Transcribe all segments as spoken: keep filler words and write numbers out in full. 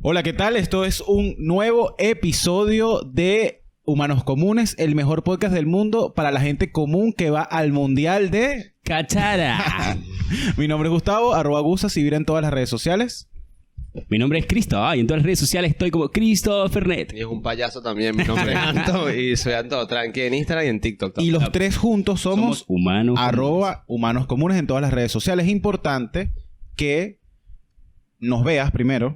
Hola, ¿qué tal? Esto es un nuevo episodio de Humanos Comunes, el mejor podcast del mundo para la gente común que va al mundial de... ¡Cachara! Mi nombre es Gustavo, arroba Gusa, si en todas las redes sociales. Mi nombre es Cristo, ah, y en todas las redes sociales estoy como Cristo Fernet. Y es un payaso también, mi nombre es Anto y soy Anto Tranqui en Instagram y en TikTok también. Y los tres juntos somos, Somos humanos arroba Humanos Comunes en todas las redes sociales. Es importante que nos veas primero,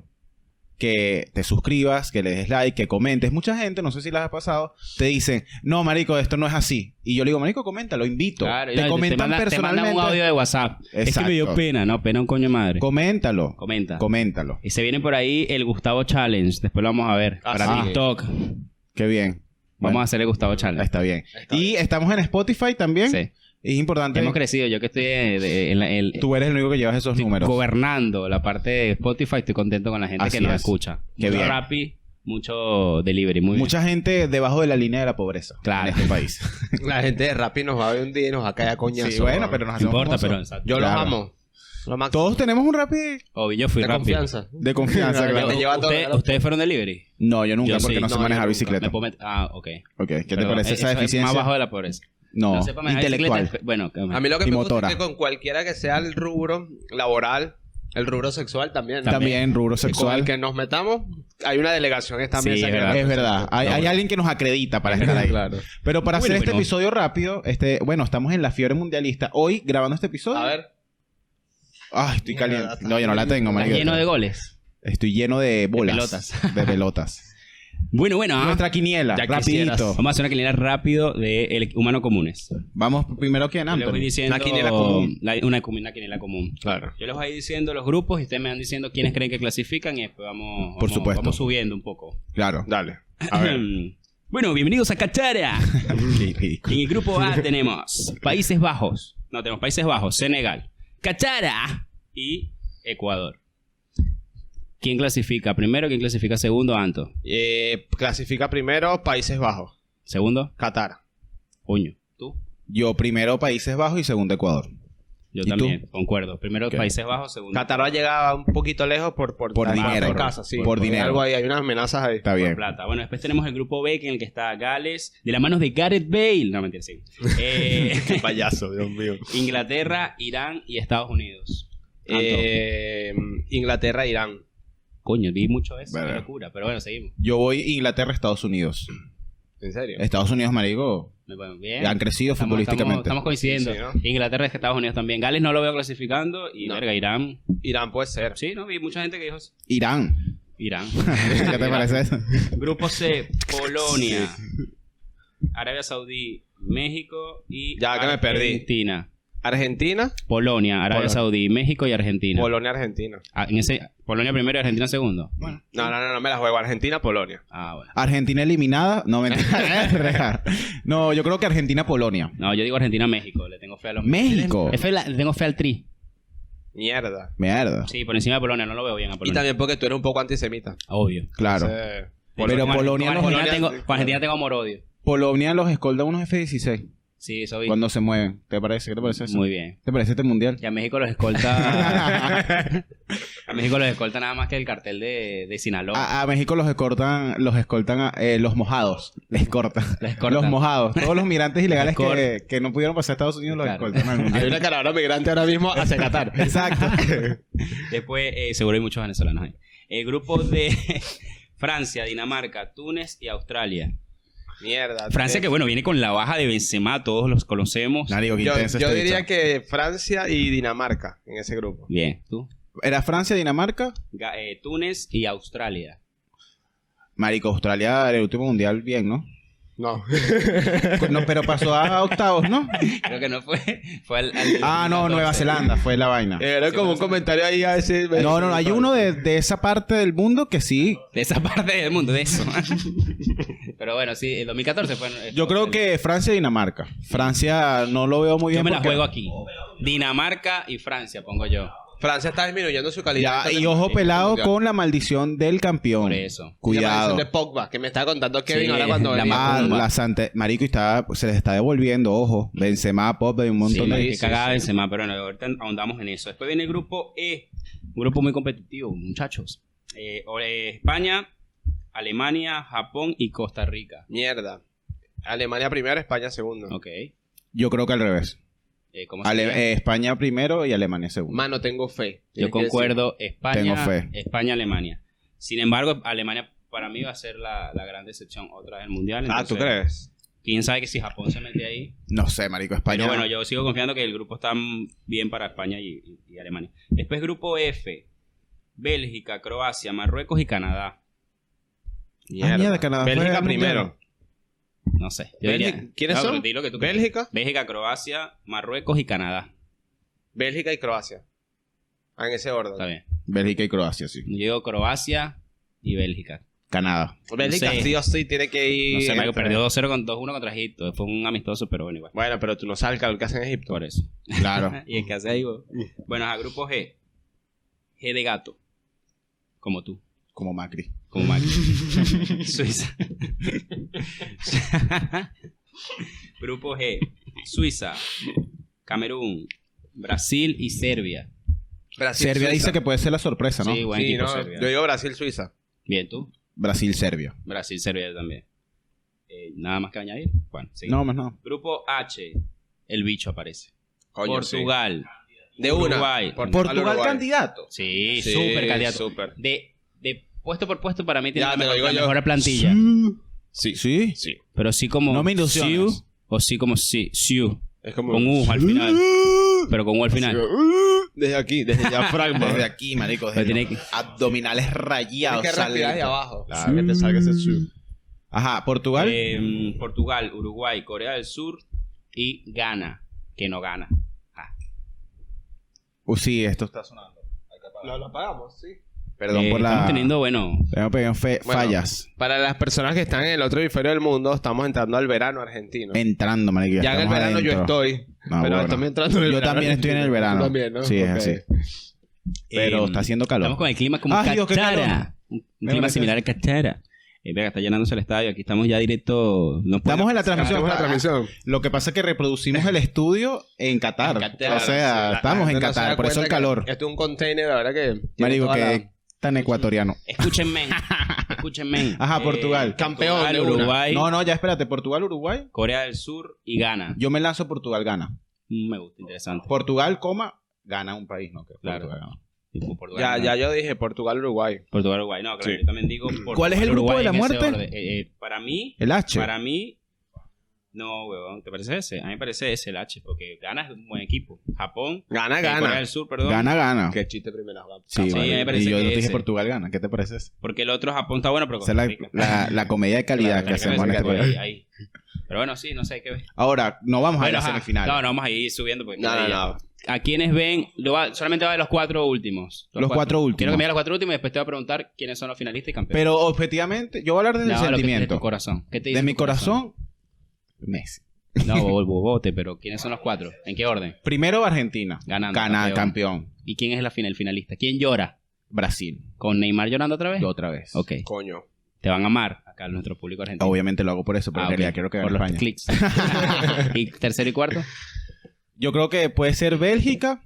que te suscribas, que le des like, que comentes. Mucha gente, no sé si les ha pasado, te dicen, no, marico, esto no es así. Y yo le digo, marico, comenta, lo invito. Claro, te ya, comentan te manda, personalmente. Te mandan un audio de WhatsApp. Exacto. Es que me dio pena, ¿no? Pena un coño madre. Coméntalo. Comenta. Coméntalo. Y se viene por ahí el Gustavo Challenge. Después lo vamos a ver. Ah, para sí. TikTok. Qué bien. Vamos Bueno, a hacer el Gustavo Challenge. está bien. Está y bien. estamos en Spotify también. Sí. Es importante. Hemos crecido. Yo que estoy de- de- en la- el, Tú eres el único que llevas esos estoy números. gobernando la parte de Spotify. Estoy contento con la gente Así que nos es. escucha. Qué Mucho bien. Rappi, mucho delivery. Muy Mucha gente debajo de la línea de la pobreza. Claro. En este país. La gente de Rappi nos va a ver un día y nos va a caer a coñazo. sí, bueno, ¿no? pero nos bien. hacemos No importa, famosos. pero... Yo Claro. los amo. Lo máximo. Todos tenemos un Rappi Obvio, yo fui de Rappi. confianza. de confianza. Claro, claro. te lleva todo ¿Usted- el- ¿Ustedes fueron delivery? No, yo nunca, Yo porque sí. no sé No, yo manejar nunca. bicicleta. Me puedo met- Ah, ok. Ok, ¿qué te Pero parece esa eso es deficiencia? más bajo de la pobreza. No, No sepa manejar intelectual. bicicleta, bueno, que- A mí lo que Y me motora. gusta es que con cualquiera que sea el rubro laboral, el rubro sexual también. También rubro Con sexual. el que nos metamos, hay una delegación esta Sí, mesa es que verdad. la Es verdad. Hay, hay alguien que nos acredita para estar ahí. Claro. Pero para Bueno, hacer este pero- episodio rápido, este, bueno, estamos en la fiebre mundialista. Hoy, grabando este episodio. A ver. Ay, estoy Mierda, caliente. está No, yo no la tengo, Está marico. lleno de goles. Estoy lleno de bolas. pelotas. De pelotas. Bueno, bueno. ah, Nuestra quiniela, Ya quisieras. rapidito. Vamos a hacer una quiniela rápido de el humano comunes. Vamos primero quién, Yo les voy Anthony. diciendo... Una quiniela común. la- una, comu- una quiniela común. Claro. Yo les voy diciendo los grupos y ustedes me van diciendo quiénes creen que clasifican y después vamos... Por vamos- supuesto. Vamos subiendo un poco. Claro. Dale. A ver. Bueno, bienvenidos a Cachara. Qué ridículo. En el grupo A tenemos Países Bajos. No, tenemos Países Bajos, Senegal, Cachara y Ecuador. ¿Quién clasifica primero? ¿Quién clasifica segundo? Anto. Eh, clasifica primero Países Bajos. ¿Segundo? Qatar. Puño. ¿Tú? Yo primero Países Bajos y segundo Ecuador. Yo ¿Y también, concuerdo. Primero Ok. Países Bajos, segundo. Qatar va a llegar un poquito lejos por, por, Por estar dinero. en casa, sí. Por dinero. Algo ahí, hay unas amenazas ahí. Está bien. Plata. Bueno, después tenemos el grupo B, que en el que está Gales, de las manos de Gareth Bale. No, mentira, sí. Eh, Qué payaso, Dios mío. Inglaterra, Irán y Estados Unidos. Anto. Eh, Inglaterra, Irán. Coño, vi mucho eso. Qué Verga. locura. Pero bueno, seguimos. Yo voy Inglaterra, Estados Unidos. ¿En serio? Estados Unidos, marico, Me ponen bien. han crecido Estamos, futbolísticamente. estamos, estamos coincidiendo. Sí, sí, Inglaterra y Estados Unidos también. Gales no lo veo clasificando. Y No. verga, Irán. Irán puede ser. Sí, no, vi mucha gente que dijo eso. Irán. Irán. ¿Qué te parece eso? Grupo C, Polonia, Arabia Saudí, México y Ya que me perdí. Argentina. Argentina, Polonia, Arabia Polonia. Saudí, México y Argentina. Polonia, Argentina. Ah, en ese, Polonia primero y Argentina segundo. Bueno. No, no, no, no me la juego. Argentina, Polonia. Ah, bueno. Argentina eliminada. No, mentira. No, yo creo que Argentina-Polonia. No, yo digo Argentina-México. Le tengo fe a los México. Es fe la- le tengo fe al tri. Mierda. Mierda. Sí, por encima de Polonia. No lo veo bien a Y Polonia. también porque tú eres un poco antisemita. Obvio. Claro. Entonces, Pero Con- Polonia con los- Argentina, tengo, Polonia- con Argentina tengo amor-odio. Polonia los escolta unos F dieciséis Sí, eso vi. cuando se mueven. ¿Te parece? ¿Qué te parece eso? Muy bien. ¿Te parece este mundial? Y a México los escolta... a México los escolta nada más que el cartel de, de Sinaloa. A, a México los escoltan, los escoltan a- eh, los mojados. Les escortan. Les escortan. Los mojados. Todos los migrantes ilegales Les que, que no pudieron pasar a Estados Unidos los Claro. escoltan al hay mundial. una caravana migrante ahora mismo hacia Qatar. Exacto. Después, eh, seguro hay muchos venezolanos ahí. El grupo de Francia, Dinamarca, Túnez y Australia. Mierda. Francia Eh, que, bueno, viene con la baja de Benzema. Todos los conocemos. Marico, qué Yo, intenso yo este diría bicho. que Francia y Dinamarca en ese grupo. Bien. ¿Tú? Era Francia, Dinamarca. Ga- eh, Túnez y Australia. Marico, Australia, el último mundial, bien, ¿no? No. No, pero pasó a octavos, ¿no? Creo que no fue. Fue al... al- Ah, no, Nueva Zelanda fue la vaina. Era como un comentario ahí a decir... No, no, no, hay uno de, de esa parte del mundo que sí. De esa parte del mundo, de eso. Pero bueno, sí, el dos mil catorce fue... Yo creo que Francia y Dinamarca. Francia no lo veo muy bien. Yo me la porque- juego aquí. Dinamarca y Francia, pongo yo. Francia está disminuyendo su calidad. Ya, y Entonces, ojo sí, pelado mundial. con la maldición del campeón. Por eso. Y la Cuidado. maldición de Pogba, que me estaba contando Kevin Sí, ahora cuando la venía. ma- Ah, Pogba. la Santa... Marico, y está, se les está devolviendo, ojo. Benzema, Pop, hay un Sí, montón de... que sí, cagada sí. Benzema, pero bueno, ahorita ahondamos en eso. Después viene el grupo E, un grupo muy competitivo, muchachos. Eh, o- eh, España, Alemania, Japón y Costa Rica. Mierda. Alemania primero, España segundo. Ok. Yo creo que al revés. Eh, ¿cómo Ale- sería? eh, España primero y Alemania segundo. Mano, tengo fe. Yo Tienes que concuerdo, España, Tengo fe. España, Alemania. Sin embargo, Alemania para mí va a ser la, la gran decepción otra vez del mundial. decir. Ah, ¿tú entonces, crees? Quién sabe que si Japón se mete ahí. No sé, marico, España. Pero bueno, yo sigo confiando que el grupo está bien para España y, y- y Alemania. Después grupo F, Bélgica, Croacia, Marruecos y Canadá. Ah, mierda, Canadá fue Bélgica al primero. mundial. No sé. Yo Bélgica- diría- ¿quiénes No, son? pero di lo que tú crees. Bélgica, Bélgica, Croacia, Marruecos y Canadá. Bélgica y Croacia. Ah, en ese orden. Está bien. Bélgica y Croacia, sí. Yo digo Croacia y Bélgica. Canadá. Bélgica No sé. sí o sí tiene que ir. No sé, Michael entre- perdió dos cero con dos uno contra Egipto. Fue un amistoso, pero bueno, igual. Bueno, pero tú no sabes el calor que hace en Egipto. Por eso. Claro. y el que hace ahí, güey. Bueno, a grupo G. G de gato. Como tú. Como Macri. Como Macri. Suiza. Grupo G. Suiza, Camerún, Brasil y Serbia. Brasil, Serbia Suiza. dice que puede ser la sorpresa, ¿no? Sí, buen Sí, equipo no, Serbia. yo digo Brasil-Suiza. Bien, tú. Brasil-Serbia. Brasil, Serbia también. Eh, Nada más que añadir. Bueno, seguimos. No, más no. Grupo H. El bicho aparece. Coño, Portugal. sí. De una. Uruguay. Portugal Uruguay. candidato. Sí, Sí, súper candidato. súper. De, de puesto por puesto para mí tiene Ya, la te lo mejor, digo la yo. mejor plantilla. Sí. Sí. Sí. Pero sí como No me ilusiones. Siu, o sí como si, Siu. Es como. Con U al final. Pero con U al final. Desde aquí, desde el diafragma. Desde aquí, marico. Pero Desde tiene los que- abdominales rayados. Tienes que respirar salen- de abajo. Claro. Que te salga ese su. Ajá, Portugal. Eh, Portugal, Uruguay, Corea del Sur y Ghana. Que no gana. Ah. Uh, sí, esto está sonando. Lo, lo apagamos, sí. Perdón Eh, por la... Estamos teniendo, bueno... Tengo que pegar fe- Bueno. fallas. Para las personas que están en el otro hemisferio del mundo, estamos entrando al verano argentino. Entrando, marico. ya en el estamos verano yo adentro. estoy. No, pero bueno. estamos entrando en el Yo verano también estoy en el verano. Tú también, ¿no? Sí, es Ok. así. Pero eh, está haciendo calor. Estamos con el clima como Ay, Dios, qué calor. Cachara. Un, un Me clima parece- similar a Cachara. Eh, vea, está llenándose el estadio. Aquí estamos ya directo... No puede- Estamos en la transmisión. Estamos en la transmisión. Lo que pasa es que reproducimos el estudio en Qatar. En Qatar, o sea, Sí, estamos la en gente no se da Qatar. Por eso el cuenta que calor. Esto es un container, la verdad que. tiene Marico, toda que la- tan ecuatoriano. Escúchenme. Escúchenme. Ajá, Portugal. Campeón Portugal, de una. Uruguay, No, no, ya espérate. Portugal, Uruguay. Corea del Sur y Ghana. Yo me lanzo Portugal, gana. Mm, Me gusta, interesante. Portugal, coma, gana un país, ¿no? Que Claro. Portugal gana. Tipo, Portugal, Ya, gana. ya yo dije Portugal, Uruguay. Portugal, Uruguay. No, claro, Sí. yo también digo Portugal, ¿Cuál es el grupo Uruguay de la en ese muerte? orden. Eh, eh, para mí, El H. para mí, no, huevón, ¿te parece ese? A mí me parece ese el H, porque Ghana es un buen equipo. Japón, Gana, eh, Corea gana. del Sur, perdón. Gana, gana. Qué chiste primero. Sí, Sí, vale. me parece Y yo que te dije ese. Portugal, gana. ¿Qué te parece eso? Porque el otro Japón está bueno, pero Esa Costa es Rica. la, la, la comedia de calidad Claro, que me hacemos parece en que este ahí, ahí. Pero bueno, sí, no sé qué ver. Ahora, no vamos a Bueno, ir a ajá. semifinales. No, no vamos a ir subiendo porque No, no, ya- no. ¿A quiénes ven? Lo va- solamente va de los cuatro últimos. Los cuatro últimos. Quiero que me digas los cuatro últimos y después te voy a preguntar quiénes son los finalistas y campeones. Pero objetivamente, yo voy a hablar desde No, el lo que- sentimiento. de tu corazón. ¿Qué te dice De mi tu corazón? corazón, Messi. No, bobote, pero ¿quiénes son los cuatro? ¿En qué orden? Primero Argentina. Ganando, Gana, campeón. campeón. ¿Y quién es la final, el finalista? ¿Quién llora? Brasil. ¿Con Neymar llorando otra vez? Y otra vez. Ok. Coño. Te van a amar acá nuestro público argentino. Obviamente lo hago por eso, pero Ah, en realidad ok. quiero que Por gane los España. clics. ¿Y tercero y cuarto? Yo creo que puede ser Bélgica.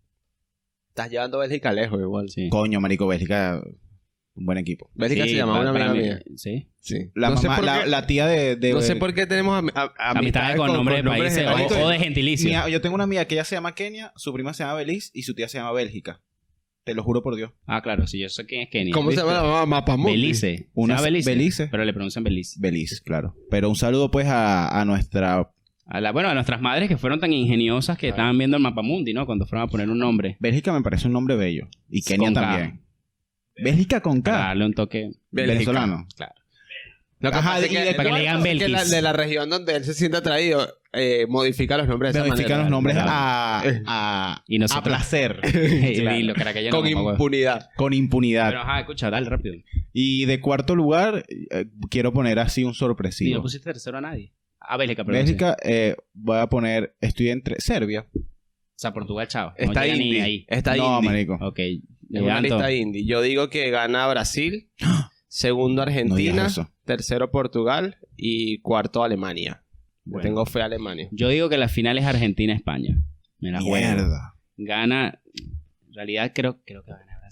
Estás llevando Bélgica lejos igual. Sí. Coño, marico, Bélgica, un buen equipo. Bélgica Sí, se llamaba para- una amiga para mí- mía. Sí. Sí. La, no sé mamá, por la, qué- la tía de... de no sé por qué tenemos am- am- Amistades con, nombres de nombres países países. o, o de gentilicio. Mi- yo tengo una amiga que ella se llama Kenia, su prima se llama Belice y su tía se llama Bélgica. Te lo juro por Dios. Ah, claro, sí, yo sé quién es Kenia. ¿Cómo se llama la mamá? Mapamundi. Belice. Una- Se llama Belice, Belice. Pero le pronuncian Belice. Belice, claro. Pero un saludo pues a, a nuestra... A la, bueno, a nuestras madres que fueron tan ingeniosas que Ah. estaban viendo el Mapamundi, ¿no? Cuando fueron a poner un nombre. Bélgica me parece un nombre bello. Y Kenia Con K. también. Bélgica con Para K. darle un toque. Bélgica. Venezolano. Claro. Lo que Ajá, pasa es y que, de- para que le digan es que la- Belkis. de la región donde él se siente atraído, eh, modifica los nombres de esa Modifican manera. los nombres claro. a, a, Y nosotros- a placer. Y lo caraqueño Con no, mamá, huevo. impunidad. Con impunidad. Pero ajá, escucha, dale rápido. Y de cuarto lugar, eh, quiero poner así un Y no sorpresivo. pusiste tercero a nadie. A Bélgica, perdón. Bélgica, eh, voy a poner... Estoy entre Serbia. sí. O sea, Portugal, chao. No Está llega ni indie. ahí. Está no, indie. marico. Ok. Es una Anto. lista indie. Yo digo que gana Brasil, segundo No Argentina, digas eso. tercero Portugal y cuarto Alemania. Le Bueno. tengo fe a Alemania. Yo digo que la final es Argentina-España. Me la juego. Mierda. Gana... En realidad creo, creo que va a ganar Brasil.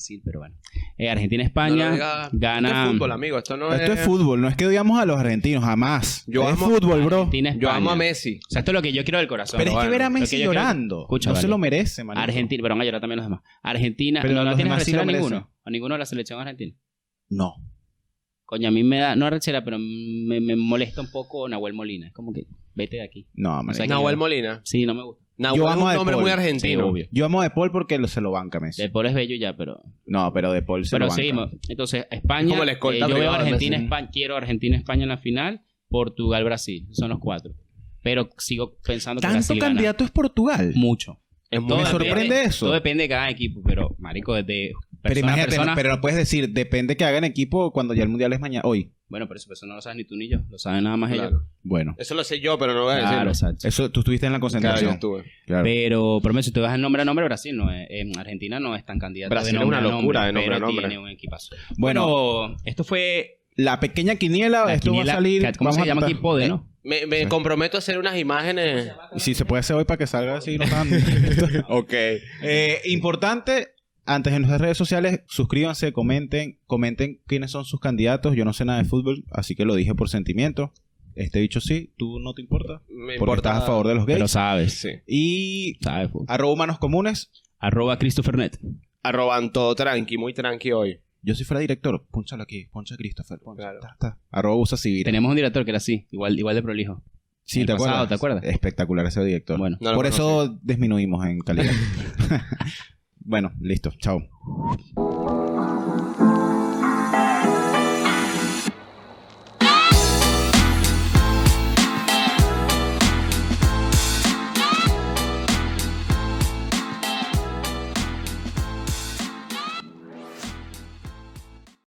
Brasil, pero bueno. Eh, Argentina-España No, no diga- gana... Esto es fútbol, amigo. Esto no Esto es fútbol, no es que odiamos a los argentinos, jamás. Yo es amo- fútbol, bro. Argentina, Yo amo a España. Messi. O sea, esto es lo que yo quiero del corazón. Pero es que bueno, ver a lo Messi yo quiero- llorando. Escucha, no vale. se lo merece, man. Argentina, pero van a llorar también los demás. Argentina, Pero ¿no, los no tienes demás sí arrechera lo a merecen. ninguno? ¿A ninguno de la selección argentina? No. Coño, a mí me da, no arrechera, pero me, me molesta un poco Nahuel Molina. Es como que, vete de aquí. No, man. O sea, Nahuel Molina. Sí, no me gusta. Nahuel Yo es amo a un De nombre Paul. muy Sí, argentino. obvio. Yo amo a De Paul porque lo- se lo banca Messi. De Paul es bello ya, pero... No, pero De Paul se Pero lo banca. seguimos. Entonces, España... Es como el escolta eh, yo veo privado de Argentina, Messi. España... Quiero Argentina-España en la final. Portugal-Brasil. Son los cuatro. Pero sigo pensando que ¿Tanto Brasil gana. candidato es Portugal? Mucho. Es muy Todo Me depende- sorprende eso. Todo depende de cada equipo, pero, marico, desde Pero persona a imagínate, persona... no- pero no puedes decir, depende que hagan equipo cuando ya el mundial es mañana, hoy. Bueno, pero eso, eso no lo sabes ni tú ni yo. Lo saben nada más ellos. Claro. Bueno, Eso lo sé yo, pero no voy a Claro, decirlo. exacto. eso tú estuviste en la Claro, yo concentración. estuve. Claro. Pero, por ejemplo, si tú vas el nombre a nombre, Brasil no es. En Argentina no es tan candidato Brasil de es nombre una a locura de nombre pero a nombre. tiene un equipazo. Bueno, Bueno, esto fue... la pequeña quiniela, la esto quiniela- va a salir. ¿Cómo vamos se a llama tratar- aquí? Pode, ¿no? Me, me Sí. comprometo a hacer unas imágenes. Y si se puede hacer hoy para que salga así, no tan... Ok. Eh, importante, antes en nuestras redes sociales, suscríbanse, comenten, comenten quiénes son sus candidatos. Yo no sé nada de fútbol, así que lo dije por sentimiento. Este dicho sí, ¿tú no te importa? Me Porque importa. estás a favor de los gays. Pero sabes. Sí. Y Sabes. fu. arroba humanos comunes. Arroba ChristopherNet. Arroban todo tranqui, muy tranqui hoy. Yo si fuera director, púnchalo aquí, poncha a Christopher. Poncha, Claro. ta, ta. Arroba usa civil. Tenemos un director que era así, igual, igual de prolijo. Sí, el ¿te pasado, acuerdas? ¿te acuerdas? Espectacular ese director. Bueno. No lo Por conocí. eso disminuimos en calidad. Bueno, listo. Chao.